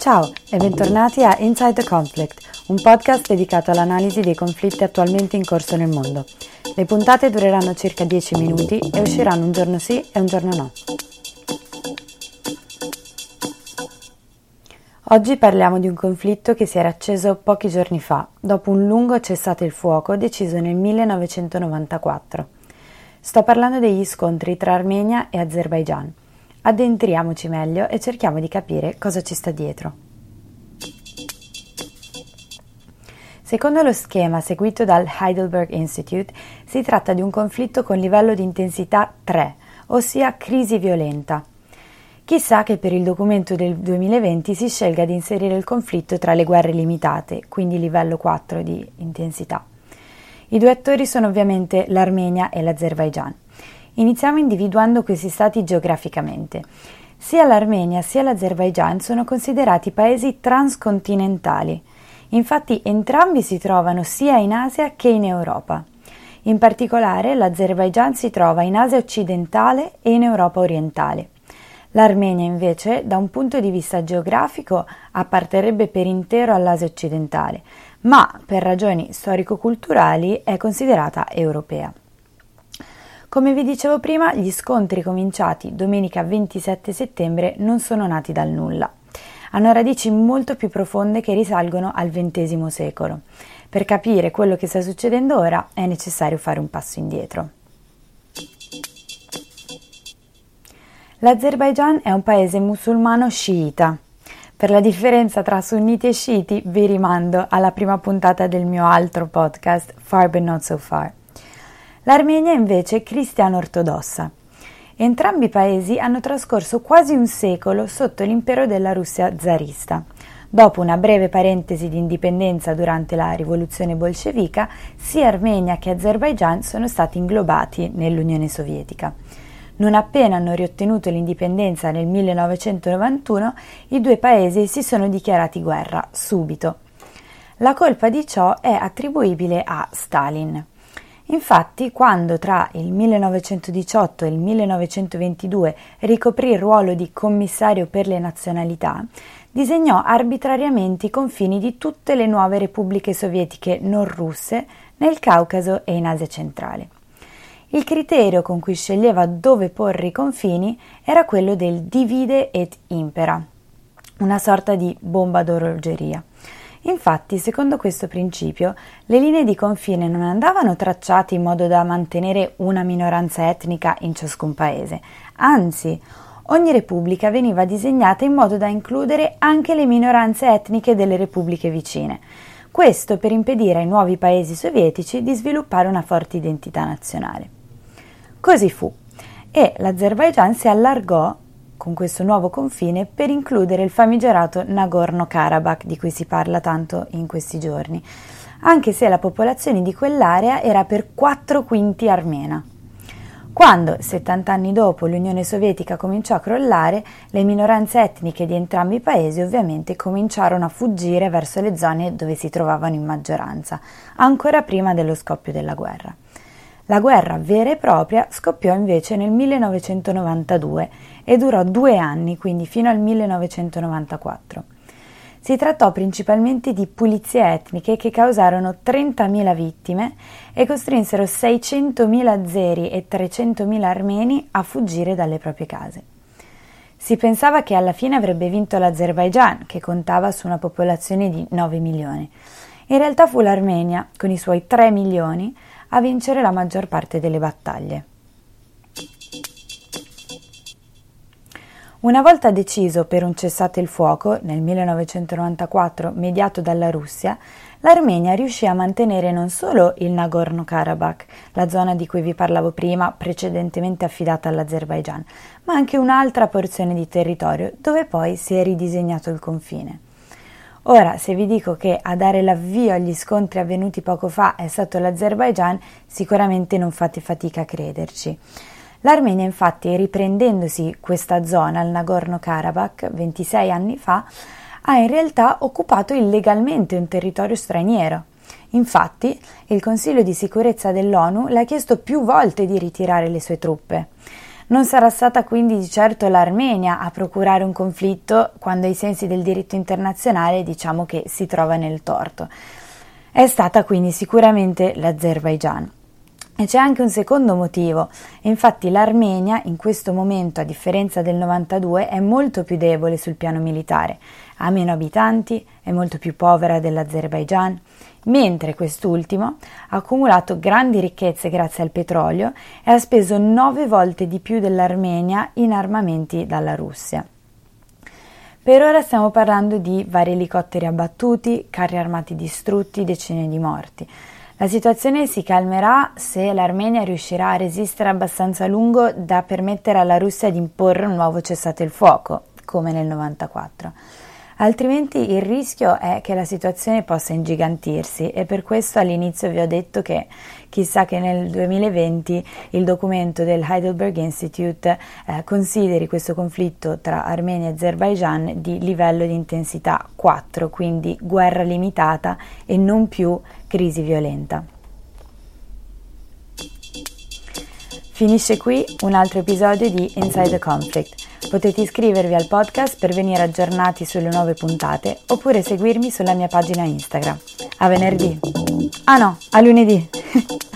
Ciao e bentornati a Inside the Conflict, un podcast dedicato all'analisi dei conflitti attualmente in corso nel mondo. Le puntate dureranno circa 10 minuti e usciranno un giorno sì e un giorno no. Oggi parliamo di un conflitto che si era acceso pochi giorni fa, dopo un lungo cessate il fuoco deciso nel 1994. Sto parlando degli scontri tra Armenia e Azerbaigian. Addentriamoci meglio e cerchiamo di capire cosa ci sta dietro. Secondo lo schema seguito dal Heidelberg Institute, si tratta di un conflitto con livello di intensità 3, ossia crisi violenta. Chissà che per il documento del 2020 si scelga di inserire il conflitto tra le guerre limitate, quindi livello 4 di intensità. I due attori sono ovviamente l'Armenia e l'Azerbaigian. Iniziamo individuando questi stati geograficamente. Sia l'Armenia sia l'Azerbaigian sono considerati paesi transcontinentali. Infatti entrambi si trovano sia in Asia che in Europa. In particolare l'Azerbaigian si trova in Asia occidentale e in Europa orientale. L'Armenia invece, da un punto di vista geografico, apparterrebbe per intero all'Asia occidentale, ma per ragioni storico-culturali è considerata europea. Come vi dicevo prima, gli scontri cominciati domenica 27 settembre non sono nati dal nulla. Hanno radici molto più profonde che risalgono al XX secolo. Per capire quello che sta succedendo ora è necessario fare un passo indietro. L'Azerbaigian è un paese musulmano sciita. Per la differenza tra sunniti e sciiti vi rimando alla prima puntata del mio altro podcast, Far But Not So Far. L'Armenia invece è cristiano-ortodossa. Entrambi i paesi hanno trascorso quasi un secolo sotto l'impero della Russia zarista. Dopo una breve parentesi di indipendenza durante la rivoluzione bolscevica, sia Armenia che Azerbaigian sono stati inglobati nell'Unione Sovietica. Non appena hanno riottenuto l'indipendenza nel 1991, i due paesi si sono dichiarati guerra subito. La colpa di ciò è attribuibile a Stalin. Infatti, quando tra il 1918 e il 1922 ricoprì il ruolo di commissario per le nazionalità, disegnò arbitrariamente i confini di tutte le nuove repubbliche sovietiche non russe nel Caucaso e in Asia centrale. Il criterio con cui sceglieva dove porre i confini era quello del divide et impera, una sorta di bomba d'orologeria. Infatti, secondo questo principio, le linee di confine non andavano tracciate in modo da mantenere una minoranza etnica in ciascun paese, anzi, ogni repubblica veniva disegnata in modo da includere anche le minoranze etniche delle repubbliche vicine. Questo per impedire ai nuovi paesi sovietici di sviluppare una forte identità nazionale. Così fu, e l'Azerbaigian si allargò con questo nuovo confine per includere il famigerato Nagorno-Karabakh di cui si parla tanto in questi giorni, anche se la popolazione di quell'area era per 4/5 armena. Quando, 70 anni dopo, l'Unione Sovietica cominciò a crollare, le minoranze etniche di entrambi i paesi ovviamente cominciarono a fuggire verso le zone dove si trovavano in maggioranza, ancora prima dello scoppio della guerra. La guerra vera e propria scoppiò invece nel 1992 e durò 2 anni, quindi fino al 1994. Si trattò principalmente di pulizie etniche che causarono 30.000 vittime e costrinsero 600.000 azeri e 300.000 armeni a fuggire dalle proprie case. Si pensava che alla fine avrebbe vinto l'Azerbaigian, che contava su una popolazione di 9 milioni. In realtà fu l'Armenia, con i suoi 3 milioni, a vincere la maggior parte delle battaglie. Una volta deciso per un cessate il fuoco, nel 1994 mediato dalla Russia, l'Armenia riuscì a mantenere non solo il Nagorno-Karabakh, la zona di cui vi parlavo prima, precedentemente affidata all'Azerbaigian, ma anche un'altra porzione di territorio dove poi si è ridisegnato il confine. Ora, se vi dico che a dare l'avvio agli scontri avvenuti poco fa è stato l'Azerbaigian, sicuramente non fate fatica a crederci. L'Armenia, infatti, riprendendosi questa zona, il Nagorno-Karabakh, 26 anni fa, ha in realtà occupato illegalmente un territorio straniero. Infatti, il Consiglio di sicurezza dell'ONU le ha chiesto più volte di ritirare le sue truppe. Non sarà stata quindi di certo l'Armenia a procurare un conflitto quando ai sensi del diritto internazionale diciamo che si trova nel torto. È stata quindi sicuramente l'Azerbaigian. E c'è anche un secondo motivo, infatti l'Armenia in questo momento, a differenza del 92, è molto più debole sul piano militare, ha meno abitanti, è molto più povera dell'Azerbaigian, mentre quest'ultimo ha accumulato grandi ricchezze grazie al petrolio e ha speso 9 volte di più dell'Armenia in armamenti dalla Russia. Per ora stiamo parlando di vari elicotteri abbattuti, carri armati distrutti, decine di morti. La situazione si calmerà se l'Armenia riuscirà a resistere abbastanza a lungo da permettere alla Russia di imporre un nuovo cessate il fuoco, come nel 94. Altrimenti il rischio è che la situazione possa ingigantirsi e per questo all'inizio vi ho detto che chissà che nel 2020 il documento del Heidelberg Institute consideri questo conflitto tra Armenia e Azerbaigian di livello di intensità 4, quindi guerra limitata e non più crisi violenta. Finisce qui un altro episodio di Inside the Conflict. Potete iscrivervi al podcast per venire aggiornati sulle nuove puntate oppure seguirmi sulla mia pagina Instagram. A venerdì. Ah no, a lunedì.